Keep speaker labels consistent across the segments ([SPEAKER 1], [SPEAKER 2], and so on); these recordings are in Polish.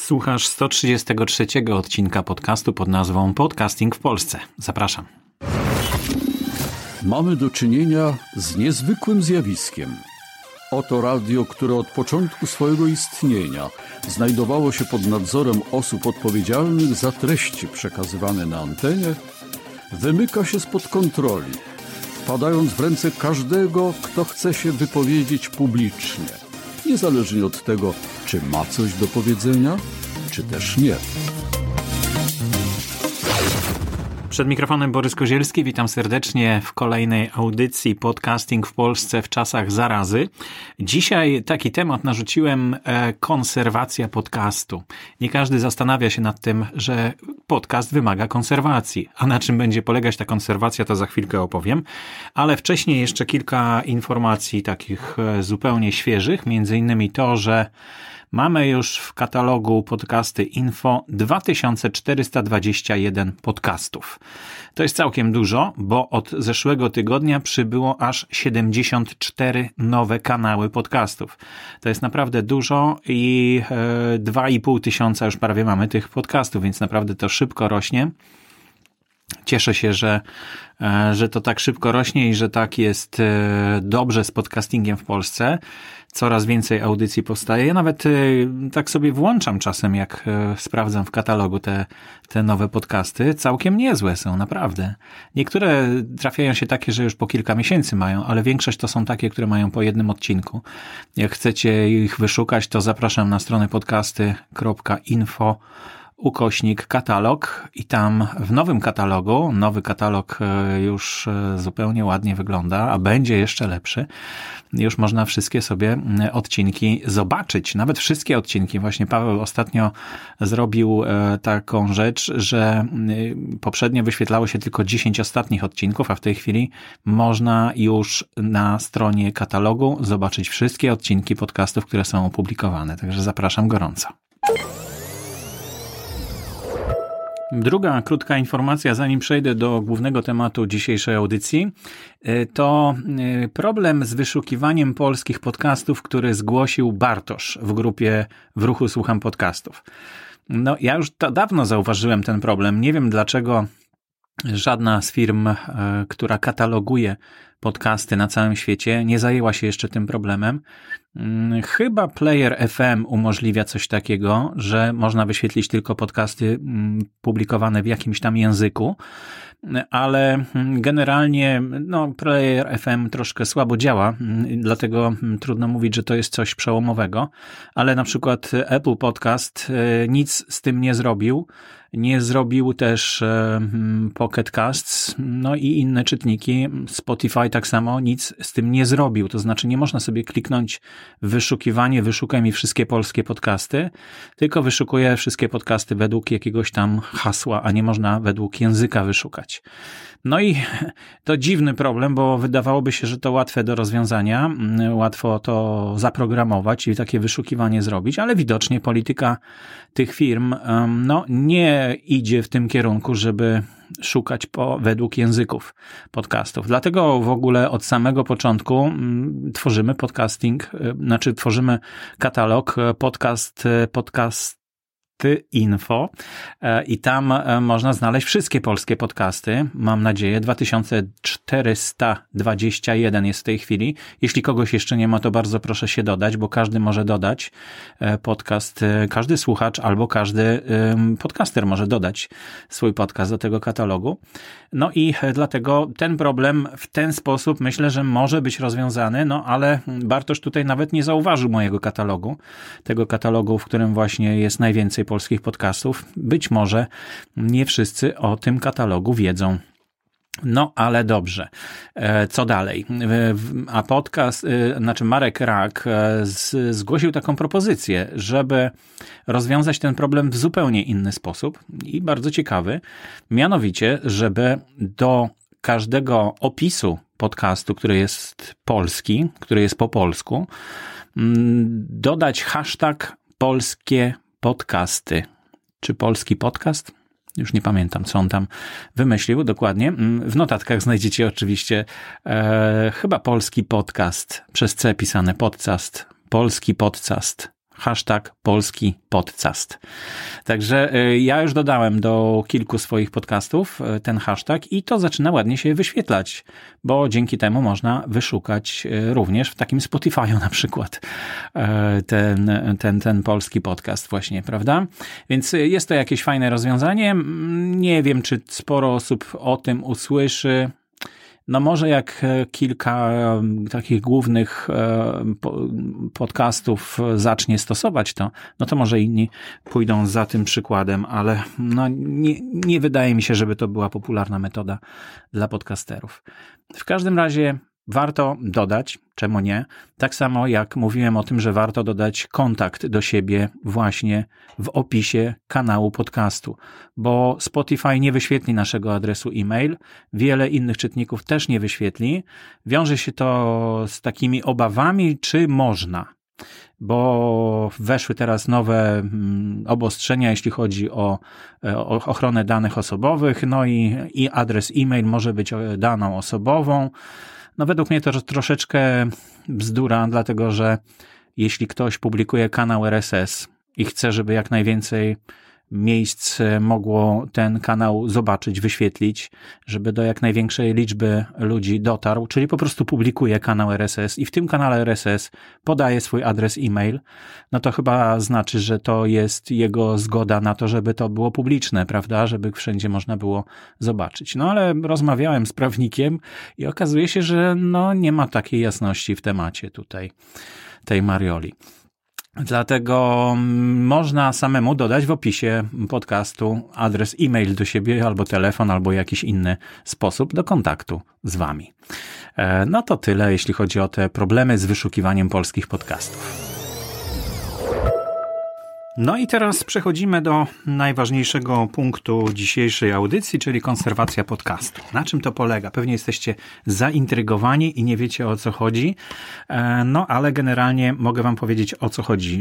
[SPEAKER 1] Słuchasz 133 odcinka podcastu pod nazwą Podcasting w Polsce. Zapraszam.
[SPEAKER 2] Mamy do czynienia z niezwykłym zjawiskiem. Oto radio, które od początku swojego istnienia znajdowało się pod nadzorem osób odpowiedzialnych za treści przekazywane na antenie, wymyka się spod kontroli, wpadając w ręce każdego, kto chce się wypowiedzieć publicznie, niezależnie od tego, czy ma coś do powiedzenia, czy też nie.
[SPEAKER 1] Przed mikrofonem Borys Kozielski, witam serdecznie w kolejnej audycji Podcasting w Polsce w czasach zarazy. Dzisiaj taki temat narzuciłem: konserwacja podcastu. Nie każdy zastanawia się nad tym, że podcast wymaga konserwacji, a na czym będzie polegać ta konserwacja, to za chwilkę opowiem, ale wcześniej jeszcze kilka informacji takich zupełnie świeżych, między innymi to, że mamy już w katalogu podcasty info 2421 podcastów. To jest całkiem dużo, bo od zeszłego tygodnia przybyło aż 74 nowe kanały podcastów. To jest naprawdę dużo i 2,5 tysiąca już prawie mamy tych podcastów, więc naprawdę to szybko rośnie. Cieszę się, że to tak szybko rośnie i że tak jest dobrze z podcastingiem w Polsce. Coraz więcej audycji powstaje. Ja nawet tak sobie włączam czasem, jak sprawdzam w katalogu te nowe podcasty. Całkiem niezłe są, naprawdę. Niektóre trafiają się takie, że już po kilka miesięcy mają, ale większość to są takie, które mają po jednym odcinku. Jak chcecie ich wyszukać, to zapraszam na stronę podcasty.info/katalog i tam w nowym katalogu, nowy katalog już zupełnie ładnie wygląda, a będzie jeszcze lepszy. Już można wszystkie sobie odcinki zobaczyć, nawet wszystkie odcinki. Właśnie Paweł ostatnio zrobił taką rzecz, że poprzednio wyświetlało się tylko 10 ostatnich odcinków, a w tej chwili można już na stronie katalogu zobaczyć wszystkie odcinki podcastów, które są opublikowane. Także zapraszam gorąco. Druga krótka informacja, zanim przejdę do głównego tematu dzisiejszej audycji, to problem z wyszukiwaniem polskich podcastów, który zgłosił Bartosz w grupie W ruchu słucham podcastów. No, ja już dawno zauważyłem ten problem. Nie wiem, dlaczego żadna z firm, która kataloguje podcasty na całym świecie, nie zajęła się jeszcze tym problemem. Chyba Player FM umożliwia coś takiego, że można wyświetlić tylko podcasty publikowane w jakimś tam języku, ale generalnie Player FM troszkę słabo działa, dlatego trudno mówić, że to jest coś przełomowego, ale na przykład Apple Podcast nic z tym nie zrobił. Nie zrobił też Pocket Casts, i inne czytniki. Spotify tak samo nic z tym nie zrobił. To znaczy nie można sobie kliknąć w wyszukiwanie, wyszukaj mi wszystkie polskie podcasty, tylko wyszukuję wszystkie podcasty według jakiegoś tam hasła, a nie można według języka wyszukać. No i to dziwny problem, bo wydawałoby się, że to łatwe do rozwiązania, łatwo to zaprogramować i takie wyszukiwanie zrobić, ale widocznie polityka tych firm nie idzie w tym kierunku, żeby szukać według języków podcastów. Dlatego w ogóle od samego początku tworzymy tworzymy katalog podcast info i tam można znaleźć wszystkie polskie podcasty. Mam nadzieję, 2421 jest w tej chwili. Jeśli kogoś jeszcze nie ma, to bardzo proszę się dodać, bo każdy może dodać podcast, każdy słuchacz albo każdy podcaster może dodać swój podcast do tego katalogu. No i dlatego ten problem w ten sposób myślę, że może być rozwiązany, ale Bartosz tutaj nawet nie zauważył mojego katalogu, tego katalogu, w którym właśnie jest najwięcej polskich podcastów. Być może nie wszyscy o tym katalogu wiedzą. No, ale dobrze. Co dalej? A Marek Rak zgłosił taką propozycję, żeby rozwiązać ten problem w zupełnie inny sposób i bardzo ciekawy. Mianowicie, żeby do każdego opisu podcastu, który jest polski, który jest po polsku, dodać hashtag polskie podcasty. Czy polski podcast? Już nie pamiętam, co on tam wymyślił dokładnie. W notatkach znajdziecie oczywiście chyba polski podcast, przez C pisane podcast, polski podcast, #PolskiPodcast. Także ja już dodałem do kilku swoich podcastów ten hashtag i to zaczyna ładnie się wyświetlać, bo dzięki temu można wyszukać również w takim Spotify'u na przykład ten polski podcast właśnie, prawda? Więc jest to jakieś fajne rozwiązanie. Nie wiem, czy sporo osób o tym usłyszy. No może jak kilka takich głównych podcastów zacznie stosować to, no to może inni pójdą za tym przykładem, ale no nie wydaje mi się, żeby to była popularna metoda dla podcasterów. W każdym razie warto dodać, czemu nie, tak samo jak mówiłem o tym, że warto dodać kontakt do siebie właśnie w opisie kanału podcastu, bo Spotify nie wyświetli naszego adresu e-mail, wiele innych czytników też nie wyświetli. Wiąże się to z takimi obawami, czy można, bo weszły teraz nowe obostrzenia, jeśli chodzi o ochronę danych osobowych, no i adres e-mail może być daną osobową. No według mnie to troszeczkę bzdura, dlatego że jeśli ktoś publikuje kanał RSS i chce, żeby jak najwięcej miejsc mogło ten kanał zobaczyć, wyświetlić, żeby do jak największej liczby ludzi dotarł, czyli po prostu publikuje kanał RSS i w tym kanale RSS podaje swój adres e-mail, no to chyba znaczy, że to jest jego zgoda na to, żeby to było publiczne, prawda, żeby wszędzie można było zobaczyć. No ale rozmawiałem z prawnikiem i okazuje się, że no nie ma takiej jasności w temacie tutaj tej Marioli. Dlatego można samemu dodać w opisie podcastu adres e-mail do siebie, albo telefon, albo jakiś inny sposób do kontaktu z wami. No to tyle, jeśli chodzi o te problemy z wyszukiwaniem polskich podcastów. No i teraz przechodzimy do najważniejszego punktu dzisiejszej audycji, czyli konserwacja podcastu. Na czym to polega? Pewnie jesteście zaintrygowani i nie wiecie, o co chodzi, no ale generalnie mogę wam powiedzieć, o co chodzi,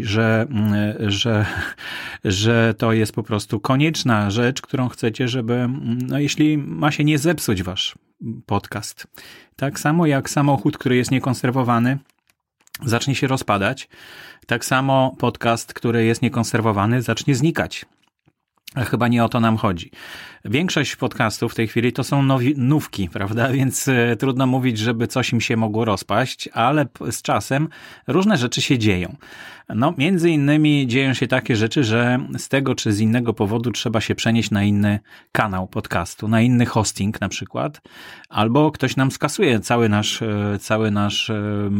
[SPEAKER 1] że to jest po prostu konieczna rzecz, którą chcecie, żeby, no jeśli ma się nie zepsuć wasz podcast. Tak samo jak samochód, który jest niekonserwowany, zacznie się rozpadać, tak samo podcast, który jest niekonserwowany, zacznie znikać. A chyba nie o to nam chodzi. Większość podcastów w tej chwili to są nówki, prawda? Więc trudno mówić, żeby coś im się mogło rozpaść, ale z czasem różne rzeczy się dzieją. No, między innymi dzieją się takie rzeczy, że z tego czy z innego powodu trzeba się przenieść na inny kanał podcastu, na inny hosting na przykład, albo ktoś nam skasuje cały nasz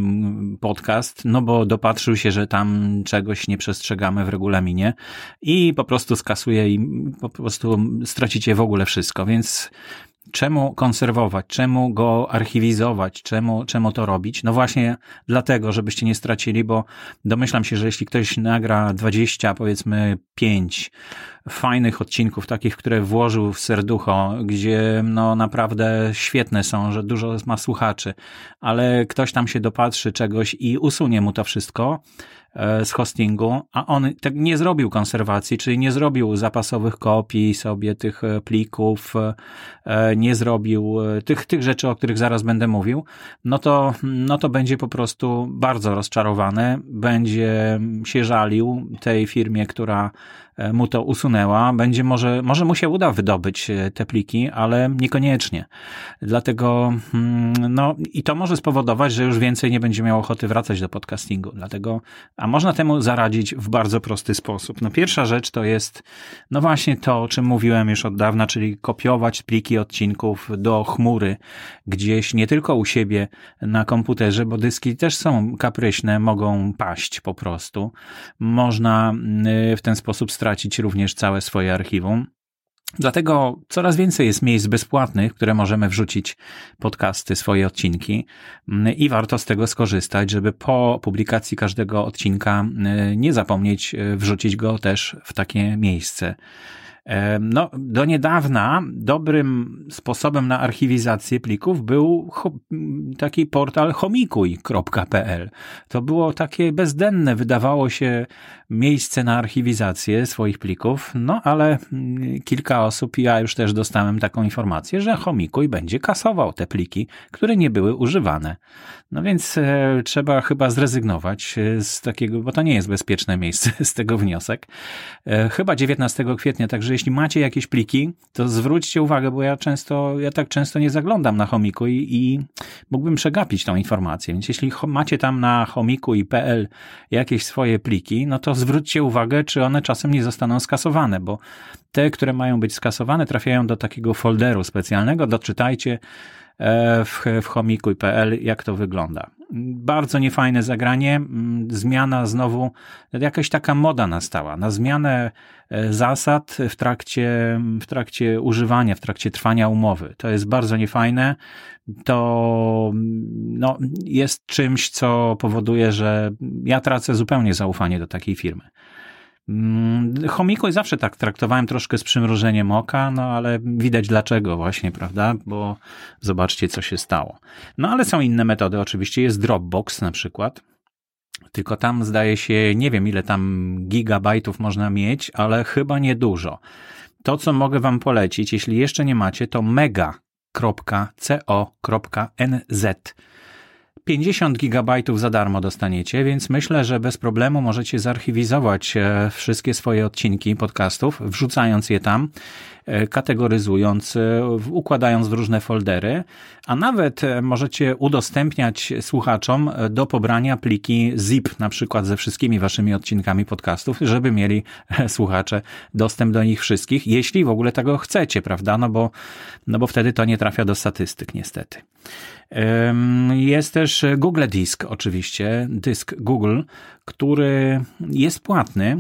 [SPEAKER 1] podcast, no bo dopatrzył się, że tam czegoś nie przestrzegamy w regulaminie i po prostu skasuje i po prostu stracicie w ogóle wszystko, więc czemu konserwować, czemu go archiwizować, czemu to robić? No właśnie dlatego, żebyście nie stracili, bo domyślam się, że jeśli ktoś nagra 20, powiedzmy 5 fajnych odcinków, takich, które włożył w serducho, gdzie no naprawdę świetne są, że dużo ma słuchaczy, ale ktoś tam się dopatrzy czegoś i usunie mu to wszystko z hostingu, a on tak nie zrobił konserwacji, czyli nie zrobił zapasowych kopii sobie tych plików, nie zrobił tych rzeczy, o których zaraz będę mówił, no to będzie po prostu bardzo rozczarowany, będzie się żalił tej firmie, która mu to usunęła, będzie może mu się uda wydobyć te pliki, ale niekoniecznie. Dlatego, no i to może spowodować, że już więcej nie będzie miał ochoty wracać do podcastingu. Dlatego, a można temu zaradzić w bardzo prosty sposób. No pierwsza rzecz to jest, no właśnie to, o czym mówiłem już od dawna, czyli kopiować pliki odcinków do chmury, gdzieś nie tylko u siebie na komputerze, bo dyski też są kapryśne, mogą paść po prostu. Można w ten sposób stracić również całe swoje archiwum. Dlatego coraz więcej jest miejsc bezpłatnych, w które możemy wrzucić podcasty, swoje odcinki i warto z tego skorzystać, żeby po publikacji każdego odcinka nie zapomnieć wrzucić go też w takie miejsce. No, do niedawna dobrym sposobem na archiwizację plików był taki portal homikuj.pl. To było takie bezdenne, wydawało się, miejsce na archiwizację swoich plików, no ale kilka osób, ja już też dostałem taką informację, że Homikuj będzie kasował te pliki, które nie były używane. No więc trzeba chyba zrezygnować z takiego, bo to nie jest bezpieczne miejsce, z tego wniosek. Chyba 19 kwietnia, także jeśli macie jakieś pliki, to zwróćcie uwagę, bo ja tak często nie zaglądam na Homikuj i mógłbym przegapić tą informację. Więc jeśli macie tam na homikuj.pl jakieś swoje pliki, no to zwróćcie uwagę, czy one czasem nie zostaną skasowane, bo te, które mają być skasowane, trafiają do takiego folderu specjalnego. Doczytajcie w homikuj.pl, jak to wygląda. Bardzo niefajne zagranie, zmiana znowu, jakaś taka moda nastała, na zmianę zasad w trakcie używania, w trakcie trwania umowy. To jest bardzo niefajne, to jest czymś, co powoduje, że ja tracę zupełnie zaufanie do takiej firmy. Homikuj zawsze tak traktowałem troszkę z przymrużeniem oka, no ale widać dlaczego właśnie, prawda? Bo zobaczcie, co się stało. No ale są inne metody, oczywiście jest Dropbox na przykład, tylko tam zdaje się, nie wiem ile tam gigabajtów można mieć, ale chyba niedużo. To, co mogę wam polecić, jeśli jeszcze nie macie, to mega.co.nz. 50 gigabajtów za darmo dostaniecie, więc myślę, że bez problemu możecie zarchiwizować wszystkie swoje odcinki podcastów, wrzucając je tam, kategoryzując, układając w różne foldery, a nawet możecie udostępniać słuchaczom do pobrania pliki zip, na przykład ze wszystkimi waszymi odcinkami podcastów, żeby mieli słuchacze dostęp do nich wszystkich, jeśli w ogóle tego chcecie, prawda? No bo wtedy to nie trafia do statystyk, niestety. Jest też Google Disk, oczywiście, dysk Google, który jest płatny,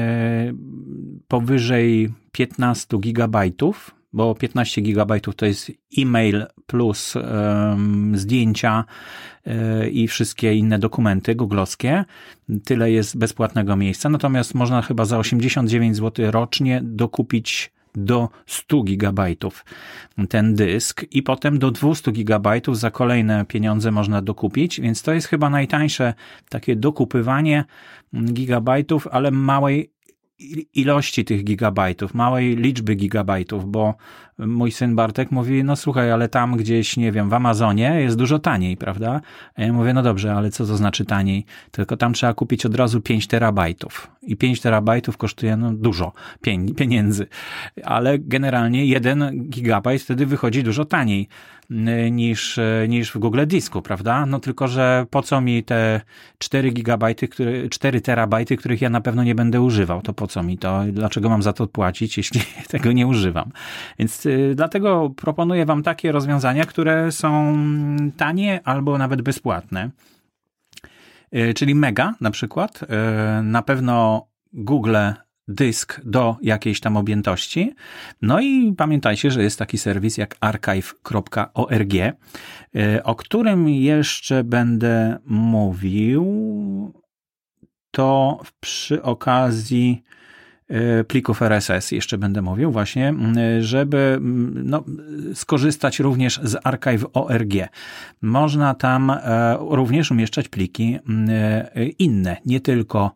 [SPEAKER 1] powyżej 15 gigabajtów, bo 15 gigabajtów to jest e-mail plus zdjęcia i wszystkie inne dokumenty googlowskie. Tyle jest bezpłatnego miejsca, natomiast można chyba za 89 zł rocznie dokupić do 100 gigabajtów ten dysk i potem do 200 gigabajtów za kolejne pieniądze można dokupić, więc to jest chyba najtańsze takie dokupywanie gigabajtów, ale małej ilości tych gigabajtów, małej liczby gigabajtów, bo mój syn Bartek mówi, no słuchaj, ale tam gdzieś, nie wiem, w Amazonie jest dużo taniej, prawda? A ja mówię, no dobrze, ale co to znaczy taniej? Tylko tam trzeba kupić od razu 5 terabajtów. I 5 terabajtów kosztuje dużo pieniędzy. Ale generalnie 1 gigabajt wtedy wychodzi dużo taniej niż w Google Disku, prawda? No tylko, że po co mi te 4 terabajty, których ja na pewno nie będę używał? To po co mi to? Dlaczego mam za to płacić, jeśli tego nie używam? Więc dlatego proponuję wam takie rozwiązania, które są tanie albo nawet bezpłatne. Czyli Mega na przykład, na pewno Google dysk do jakiejś tam objętości. No i pamiętajcie, że jest taki serwis jak archive.org, o którym jeszcze będę mówił, to przy okazji plików RSS jeszcze będę mówił właśnie, żeby skorzystać również z archive.org. Można tam również umieszczać pliki inne, nie tylko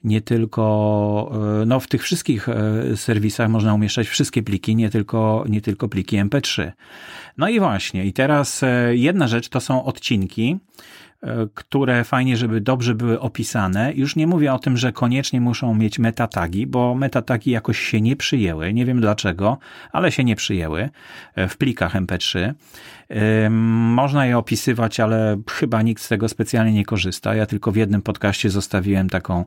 [SPEAKER 1] w tych wszystkich serwisach można umieszczać wszystkie pliki, nie tylko pliki MP3. No i właśnie, i teraz jedna rzecz to są odcinki, które fajnie, żeby dobrze były opisane. Już nie mówię o tym, że koniecznie muszą mieć metatagi, bo metatagi jakoś się nie przyjęły. Nie wiem dlaczego, ale się nie przyjęły w plikach MP3. Można je opisywać, ale chyba nikt z tego specjalnie nie korzysta. Ja tylko w jednym podcaście zostawiłem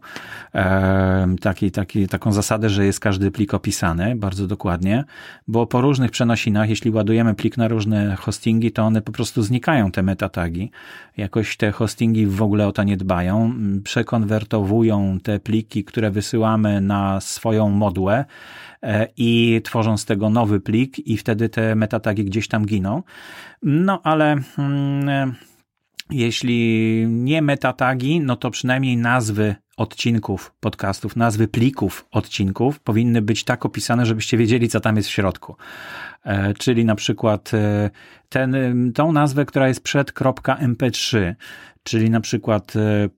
[SPEAKER 1] taką zasadę, że jest każdy plik opisany bardzo dokładnie, bo po różnych przenosinach, jeśli ładujemy plik na różne hostingi, to one po prostu znikają, te metatagi. Jakoś te hostingi w ogóle o to nie dbają. Przekonwertowują te pliki, które wysyłamy na swoją modłę i tworzą z tego nowy plik i wtedy te metatagi gdzieś tam giną. No ale Jeśli nie metatagi, no to przynajmniej nazwy odcinków podcastów, nazwy plików odcinków powinny być tak opisane, żebyście wiedzieli, co tam jest w środku. Czyli na przykład tą nazwę, która jest przed .mp3, czyli na przykład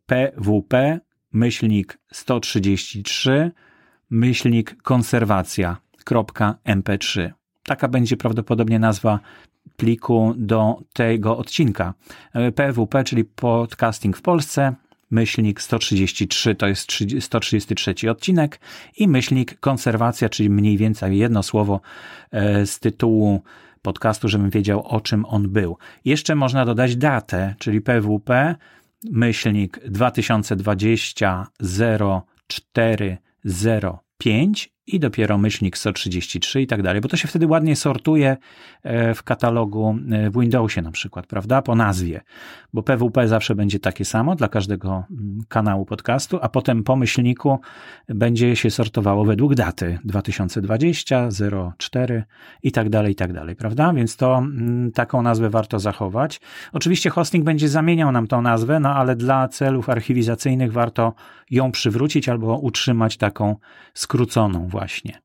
[SPEAKER 1] pwp-133 konserwacja.mp3. Taka będzie prawdopodobnie nazwa pliku do tego odcinka. PWP, czyli Podcasting w Polsce, myślnik 133, to jest 133 odcinek i myślnik konserwacja, czyli mniej więcej jedno słowo z tytułu podcastu, żebym wiedział, o czym on był. Jeszcze można dodać datę, czyli PWP, myślnik 2020 0405 i dopiero myślnik 133 i tak dalej, bo to się wtedy ładnie sortuje w katalogu w Windowsie na przykład, prawda, po nazwie, bo PWP zawsze będzie takie samo dla każdego kanału podcastu, a potem po myślniku będzie się sortowało według daty 2020, 04 i tak dalej, prawda, więc to taką nazwę warto zachować. Oczywiście hosting będzie zamieniał nam tą nazwę, no ale dla celów archiwizacyjnych warto ją przywrócić albo utrzymać taką skróconą właśnie.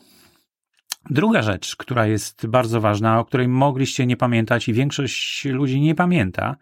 [SPEAKER 1] Druga rzecz, która jest bardzo ważna, o której mogliście nie pamiętać i większość ludzi nie pamięta,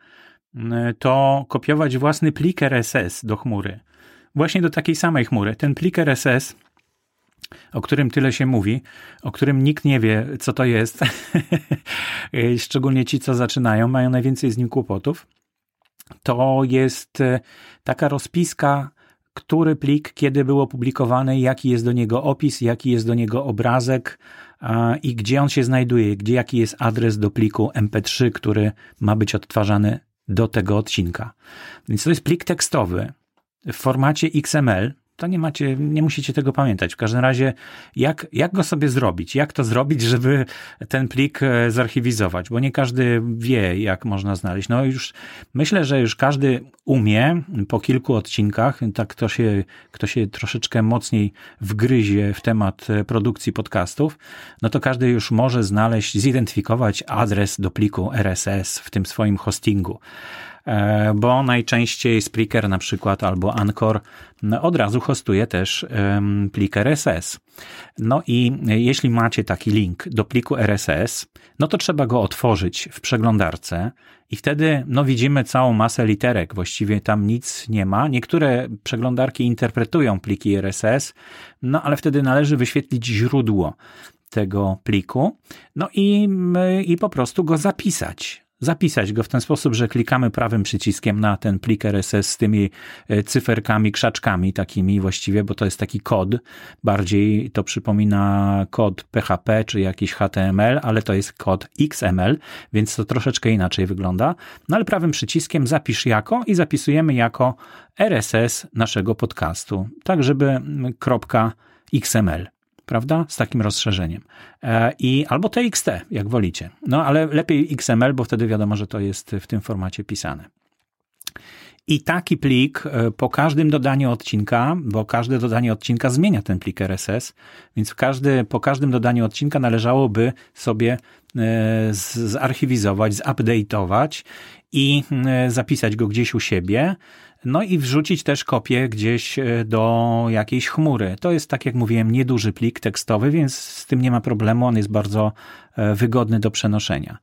[SPEAKER 1] to kopiować własny plik RSS do chmury. Właśnie do takiej samej chmury. Ten plik RSS, o którym tyle się mówi, o którym nikt nie wie, co to jest, szczególnie ci, co zaczynają, mają najwięcej z nim kłopotów, to jest taka rozpiska, który plik, kiedy był opublikowany, jaki jest do niego opis, jaki jest do niego obrazek i gdzie on się znajduje, jaki jest adres do pliku MP3, który ma być odtwarzany do tego odcinka. Więc to jest plik tekstowy w formacie XML. To nie musicie tego pamiętać. W każdym razie, jak go sobie zrobić? Jak to zrobić, żeby ten plik zarchiwizować? Bo nie każdy wie, jak można znaleźć. No już myślę, że już każdy umie po kilku odcinkach, tak kto się troszeczkę mocniej wgryzie w temat produkcji podcastów, no to każdy już może zidentyfikować adres do pliku RSS w tym swoim hostingu. Bo najczęściej Spreaker na przykład albo Anchor od razu hostuje też plik RSS. No i jeśli macie taki link do pliku RSS, no to trzeba go otworzyć w przeglądarce i wtedy widzimy całą masę literek, właściwie tam nic nie ma. Niektóre przeglądarki interpretują pliki RSS, no ale wtedy należy wyświetlić źródło tego pliku, no i po prostu go zapisać. Zapisać go w ten sposób, że klikamy prawym przyciskiem na ten plik RSS z tymi cyferkami, krzaczkami takimi właściwie, bo to jest taki kod. Bardziej to przypomina kod PHP czy jakiś HTML, ale to jest kod XML, więc to troszeczkę inaczej wygląda. No ale prawym przyciskiem zapisz jako i zapisujemy jako RSS naszego podcastu. Tak, żeby .xml. Prawda? Z takim rozszerzeniem. Albo TXT, jak wolicie. No, ale lepiej XML, bo wtedy wiadomo, że to jest w tym formacie pisane. I taki plik po każdym dodaniu odcinka, bo każde dodanie odcinka zmienia ten plik RSS, więc po każdym dodaniu odcinka należałoby sobie zarchiwizować, zupdate'ować i zapisać go gdzieś u siebie. No i wrzucić też kopię gdzieś do jakiejś chmury. To jest, tak jak mówiłem, nieduży plik tekstowy, więc z tym nie ma problemu. On jest bardzo wygodny do przenoszenia.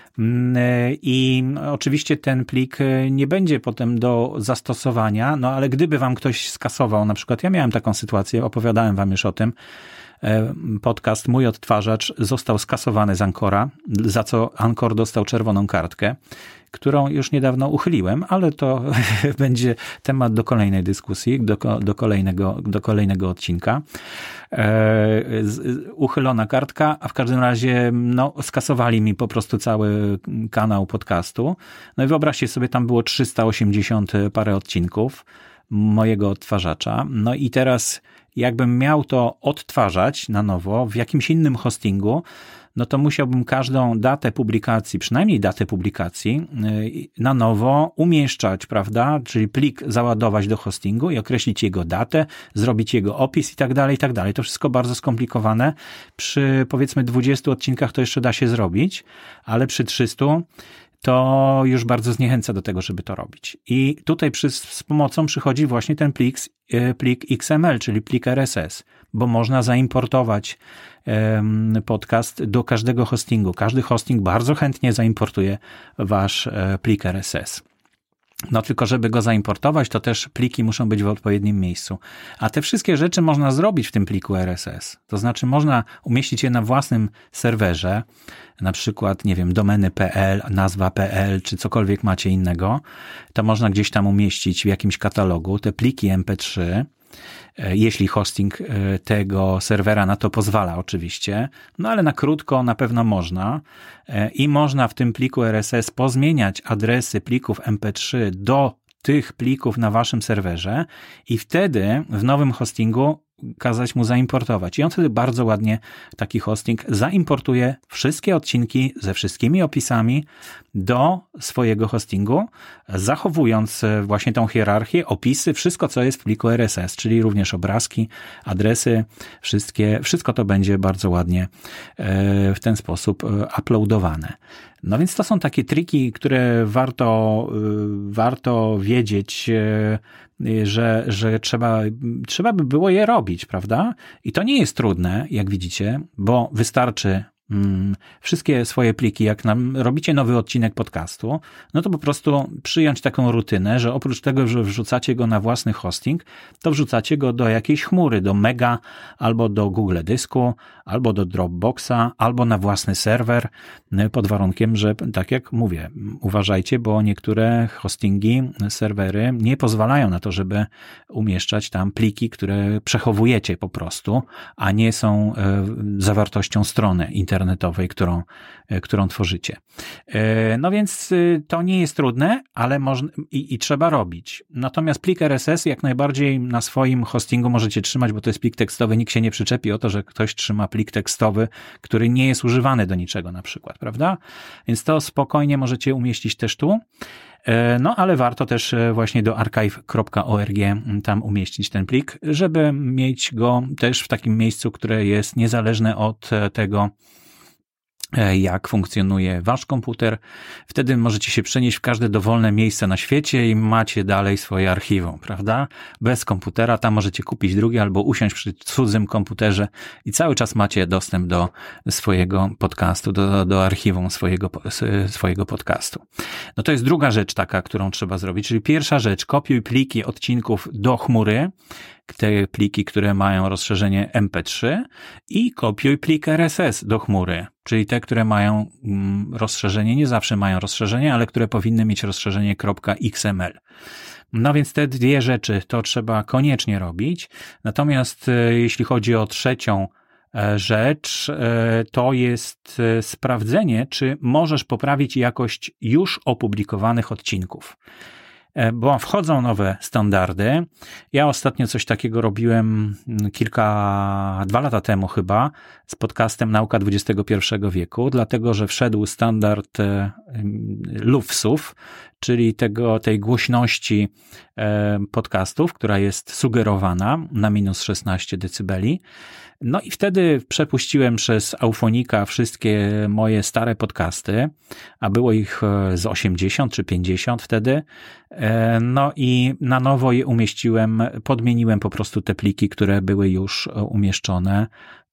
[SPEAKER 1] I oczywiście ten plik nie będzie potem do zastosowania, no ale gdyby wam ktoś skasował, na przykład ja miałem taką sytuację, opowiadałem wam już o tym, podcast Mój Odtwarzacz został skasowany z Anchora, za co Anchor dostał czerwoną kartkę, którą już niedawno uchyliłem, ale to będzie temat do kolejnej dyskusji, do kolejnego odcinka. Uchylona kartka, a w każdym razie skasowali mi po prostu cały kanał podcastu. No i wyobraźcie sobie, tam było 380 parę odcinków mojego odtwarzacza. No i teraz jakbym miał to odtwarzać na nowo w jakimś innym hostingu, no to musiałbym każdą datę publikacji, przynajmniej datę publikacji na nowo umieszczać, prawda? Czyli plik załadować do hostingu i określić jego datę, zrobić jego opis i tak dalej, i tak dalej. To wszystko bardzo skomplikowane. Przy powiedzmy 20 odcinkach to jeszcze da się zrobić, ale przy 300 to już bardzo zniechęca do tego, żeby to robić. I tutaj z pomocą przychodzi właśnie ten plik XML, czyli plik RSS, bo można zaimportować podcast do każdego hostingu. Każdy hosting bardzo chętnie zaimportuje wasz plik RSS. No tylko żeby go zaimportować, to też pliki muszą być w odpowiednim miejscu. A te wszystkie rzeczy można zrobić w tym pliku RSS. To znaczy można umieścić je na własnym serwerze, na przykład, nie wiem, domeny.pl, nazwa.pl, czy cokolwiek macie innego. To można gdzieś tam umieścić w jakimś katalogu te pliki MP3, jeśli hosting tego serwera na to pozwala oczywiście, no ale na krótko na pewno można i można w tym pliku RSS pozmieniać adresy plików MP3 do tych plików na waszym serwerze i wtedy w nowym hostingu kazać mu zaimportować. I on wtedy bardzo ładnie, taki hosting, zaimportuje wszystkie odcinki ze wszystkimi opisami do swojego hostingu, zachowując właśnie tą hierarchię, opisy, wszystko co jest w pliku RSS, czyli również obrazki, adresy, wszystko to będzie bardzo ładnie w ten sposób uploadowane. No więc to są takie triki, które warto wiedzieć, że trzeba by było je robić, prawda? I to nie jest trudne, jak widzicie, bo wystarczy wszystkie swoje pliki, jak robicie nowy odcinek podcastu, no to po prostu przyjąć taką rutynę, że oprócz tego, że wrzucacie go na własny hosting, to wrzucacie go do jakiejś chmury, do Mega, albo do Google Dysku, albo do Dropboxa, albo na własny serwer, pod warunkiem, że tak jak mówię, uważajcie, bo niektóre hostingi, serwery nie pozwalają na to, żeby umieszczać tam pliki, które przechowujecie po prostu, a nie są zawartością strony internetowej, którą tworzycie. No więc to nie jest trudne, ale można i trzeba robić. Natomiast plik RSS jak najbardziej na swoim hostingu możecie trzymać, bo to jest plik tekstowy, nikt się nie przyczepi o to, że ktoś trzyma plik tekstowy, który nie jest używany do niczego na przykład, prawda? Więc to spokojnie możecie umieścić też tu. No, ale warto też właśnie do archive.org tam umieścić ten plik, żeby mieć go też w takim miejscu, które jest niezależne od tego, jak funkcjonuje wasz komputer. Wtedy możecie się przenieść w każde dowolne miejsce na świecie i macie dalej swoje archiwum, prawda? Bez komputera, tam możecie kupić drugie albo usiąść przy cudzym komputerze i cały czas macie dostęp do swojego podcastu, do archiwum swojego podcastu. No to jest druga rzecz taka, którą trzeba zrobić, czyli pierwsza rzecz, kopiuj pliki odcinków do chmury, te pliki, które mają rozszerzenie MP3 i kopiuj plik RSS do chmury, czyli te, które mają rozszerzenie, nie zawsze mają rozszerzenie, ale które powinny mieć rozszerzenie .xml. No więc te dwie rzeczy to trzeba koniecznie robić. Natomiast jeśli chodzi o trzecią rzecz, to jest sprawdzenie, czy możesz poprawić jakość już opublikowanych odcinków. Bo wchodzą nowe standardy. Ja ostatnio coś takiego robiłem 2 lata temu chyba z podcastem Nauka XXI wieku, dlatego że wszedł standard LUFS-ów, czyli tej głośności podcastów, która jest sugerowana na minus 16 decybeli. No i wtedy przepuściłem przez Aufonika wszystkie moje stare podcasty, a było ich z 80 czy 50 wtedy. No i na nowo je umieściłem, podmieniłem po prostu te pliki, które były już umieszczone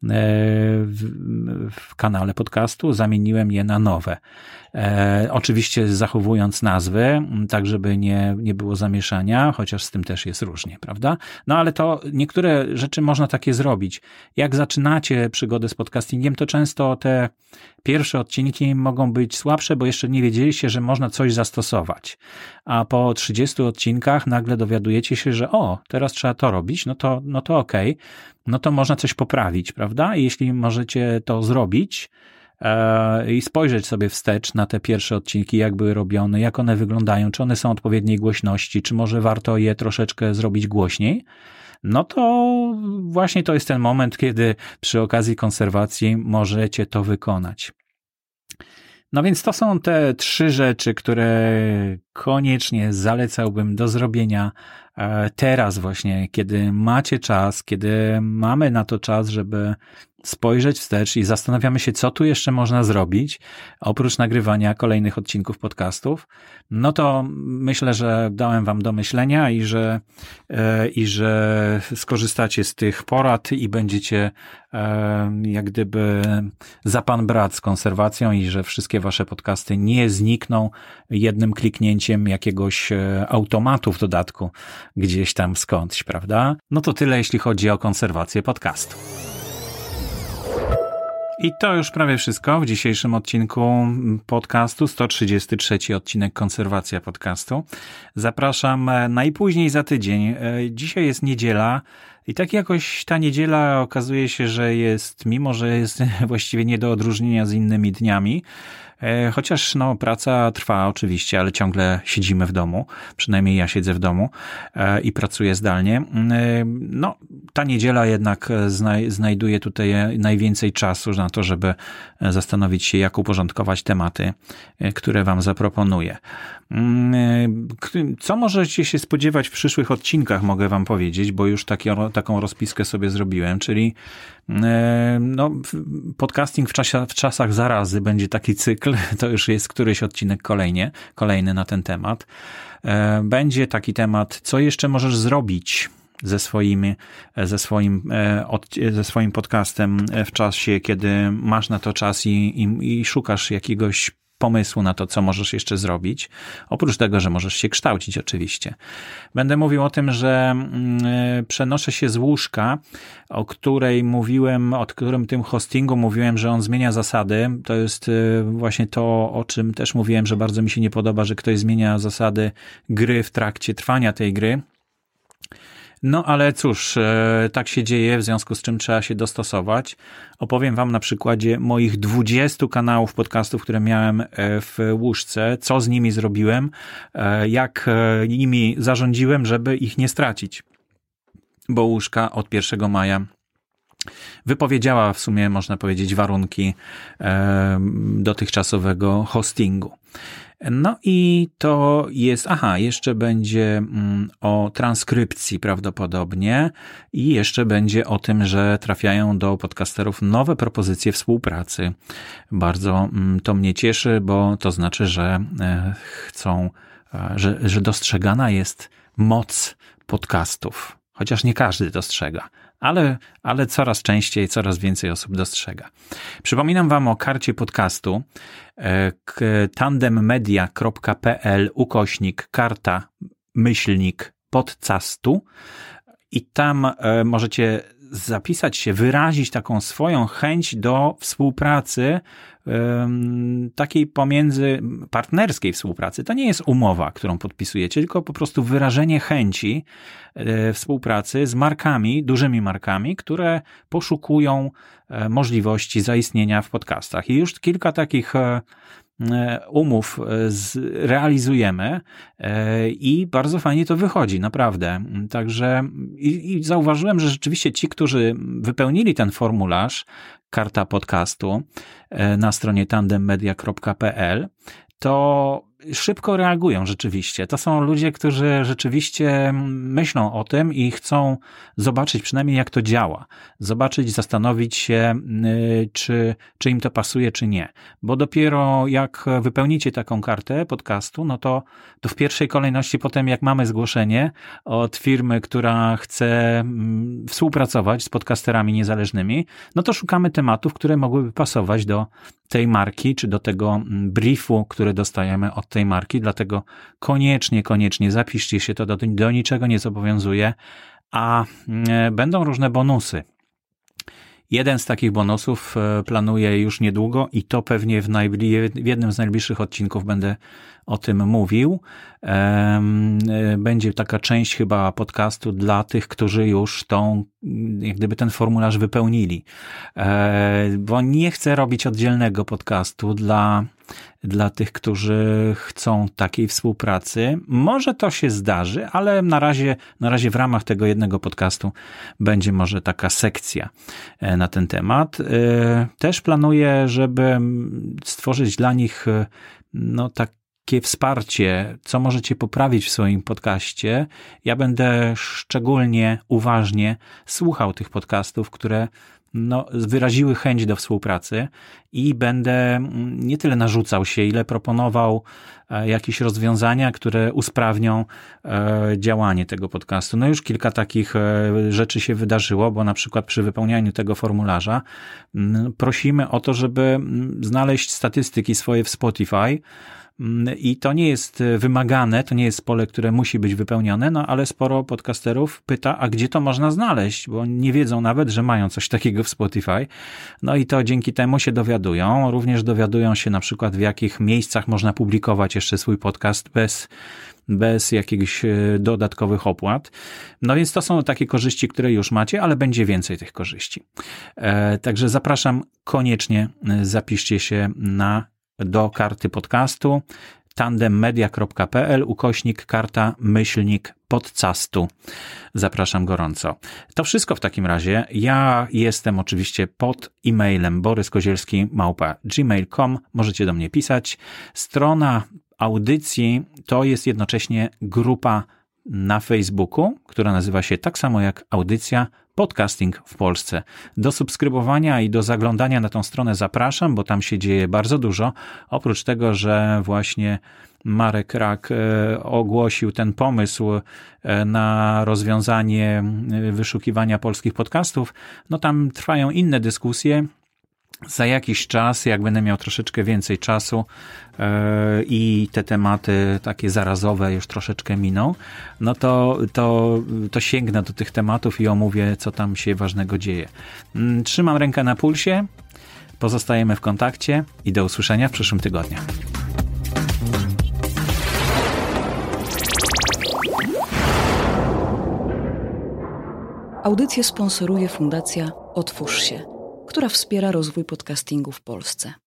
[SPEAKER 1] w kanale podcastu, zamieniłem je na nowe. Oczywiście zachowując nazwy, tak żeby nie było zamieszania, chociaż z tym też jest różnie, prawda? No ale to niektóre rzeczy można takie zrobić. Jak zaczynacie przygodę z podcastingiem, to często te pierwsze odcinki mogą być słabsze, bo jeszcze nie wiedzieliście, że można coś zastosować. A po 30 odcinkach nagle dowiadujecie się, że teraz trzeba to robić, no to okej, no to można coś poprawić, prawda? I jeśli możecie to zrobić i spojrzeć sobie wstecz na te pierwsze odcinki, jak były robione, jak one wyglądają, czy one są odpowiedniej głośności, czy może warto je troszeczkę zrobić głośniej, no to właśnie to jest ten moment, kiedy przy okazji konserwacji możecie to wykonać. No więc to są te 3 rzeczy, które koniecznie zalecałbym do zrobienia teraz właśnie, kiedy macie czas, kiedy mamy na to czas, żeby spojrzeć wstecz i zastanawiamy się, co tu jeszcze można zrobić, oprócz nagrywania kolejnych odcinków podcastów, no to myślę, że dałem wam do myślenia i że skorzystacie z tych porad i będziecie jak gdyby za pan brat z konserwacją i że wszystkie wasze podcasty nie znikną jednym kliknięciem jakiegoś automatu w dodatku gdzieś tam skądś, prawda? No to tyle, jeśli chodzi o konserwację podcastu. I to już prawie wszystko w dzisiejszym odcinku podcastu, 133 odcinek Konserwacja podcastu. Zapraszam najpóźniej za tydzień. Dzisiaj jest niedziela i tak jakoś ta niedziela okazuje się, że jest, mimo że jest właściwie nie do odróżnienia z innymi dniami, chociaż no praca trwa oczywiście, ale ciągle siedzimy w domu, przynajmniej ja siedzę w domu i pracuję zdalnie. No ta niedziela jednak znajduje tutaj najwięcej czasu na to, żeby zastanowić się, jak uporządkować tematy, które wam zaproponuję. Co możecie się spodziewać w przyszłych odcinkach, mogę wam powiedzieć, bo już taką rozpiskę sobie zrobiłem, czyli no, podcasting w czasach zarazy będzie taki cykl, to już jest któryś odcinek kolejny na ten temat. Będzie taki temat, co jeszcze możesz zrobić ze swoim podcastem w czasie, kiedy masz na to czas i szukasz jakiegoś pomysłu na to, co możesz jeszcze zrobić. Oprócz tego, że możesz się kształcić oczywiście. Będę mówił o tym, że przenoszę się z łóżka, o którym tym hostingu mówiłem, że on zmienia zasady. To jest właśnie to, o czym też mówiłem, że bardzo mi się nie podoba, że ktoś zmienia zasady gry w trakcie trwania tej gry. No ale cóż, tak się dzieje, w związku z czym trzeba się dostosować. Opowiem wam na przykładzie moich 20 kanałów podcastów, które miałem w łóżce, co z nimi zrobiłem, jak nimi zarządziłem, żeby ich nie stracić. Bo łóżka od 1 maja wypowiedziała w sumie, można powiedzieć, warunki dotychczasowego hostingu. No i to jest, jeszcze będzie o transkrypcji prawdopodobnie i jeszcze będzie o tym, że trafiają do podcasterów nowe propozycje współpracy. Bardzo to mnie cieszy, bo to znaczy, że chcą, że dostrzegana jest moc podcastów. Chociaż nie każdy dostrzega, ale coraz częściej, coraz więcej osób dostrzega. Przypominam wam o karcie podcastu tandemmedia.pl/karta-podcastu i tam możecie zapisać się, wyrazić taką swoją chęć do współpracy, takiej partnerskiej współpracy. To nie jest umowa, którą podpisujecie, tylko po prostu wyrażenie chęci współpracy z markami, dużymi markami, które poszukują możliwości zaistnienia w podcastach. I już kilka takich umów realizujemy i bardzo fajnie to wychodzi, naprawdę. Także i zauważyłem, że rzeczywiście ci, którzy wypełnili ten formularz karta podcastu na stronie tandemmedia.pl, to szybko reagują rzeczywiście. To są ludzie, którzy rzeczywiście myślą o tym i chcą zobaczyć przynajmniej, jak to działa. Zobaczyć, zastanowić się, czy im to pasuje, czy nie. Bo dopiero jak wypełnicie taką kartę podcastu, no to w pierwszej kolejności potem, jak mamy zgłoszenie od firmy, która chce współpracować z podcasterami niezależnymi, no to szukamy tematów, które mogłyby pasować do tej marki, czy do tego briefu, który dostajemy od tej marki, dlatego koniecznie zapiszcie się, to do niczego nie zobowiązuje, a będą różne bonusy. Jeden z takich bonusów planuję już niedługo i to pewnie w jednym z najbliższych odcinków będę o tym mówił. Będzie taka część chyba podcastu dla tych, którzy już jak gdyby ten formularz wypełnili. Bo nie chcę robić oddzielnego podcastu dla tych, którzy chcą takiej współpracy. Może to się zdarzy, ale na razie w ramach tego jednego podcastu będzie może taka sekcja na ten temat. Też planuję, żeby stworzyć dla nich takie takie wsparcie, co możecie poprawić w swoim podcaście. Ja będę szczególnie uważnie słuchał tych podcastów, które wyraziły chęć do współpracy i będę nie tyle narzucał się, ile proponował jakieś rozwiązania, które usprawnią działanie tego podcastu. Już kilka takich rzeczy się wydarzyło, bo na przykład przy wypełnianiu tego formularza prosimy o to, żeby znaleźć statystyki swoje w Spotify. I to nie jest wymagane, to nie jest pole, które musi być wypełnione, ale sporo podcasterów pyta, a gdzie to można znaleźć, bo nie wiedzą nawet, że mają coś takiego w Spotify. I to dzięki temu się dowiadują. Również dowiadują się na przykład, w jakich miejscach można publikować jeszcze swój podcast bez jakichś dodatkowych opłat. Więc to są takie korzyści, które już macie, ale będzie więcej tych korzyści. Także zapraszam, koniecznie zapiszcie się do karty podcastu tandemmedia.pl/karta-podcastu. Zapraszam gorąco. To wszystko w takim razie. Ja jestem oczywiście pod e-mailem boryskozielski@gmail.com. Możecie do mnie pisać. Strona audycji to jest jednocześnie grupa na Facebooku, która nazywa się tak samo jak audycja Podcasting w Polsce. Do subskrybowania i do zaglądania na tą stronę zapraszam, bo tam się dzieje bardzo dużo. Oprócz tego, że właśnie Marek Rak ogłosił ten pomysł na rozwiązanie wyszukiwania polskich podcastów, tam trwają inne dyskusje. Za jakiś czas, jak będę miał troszeczkę więcej czasu i te tematy takie zarazowe już troszeczkę miną, to sięgnę do tych tematów i omówię, co tam się ważnego dzieje. Trzymam rękę na pulsie, pozostajemy w kontakcie i do usłyszenia w przyszłym tygodniu.
[SPEAKER 3] Audycję sponsoruje Fundacja Otwórz się, która wspiera rozwój podcastingu w Polsce.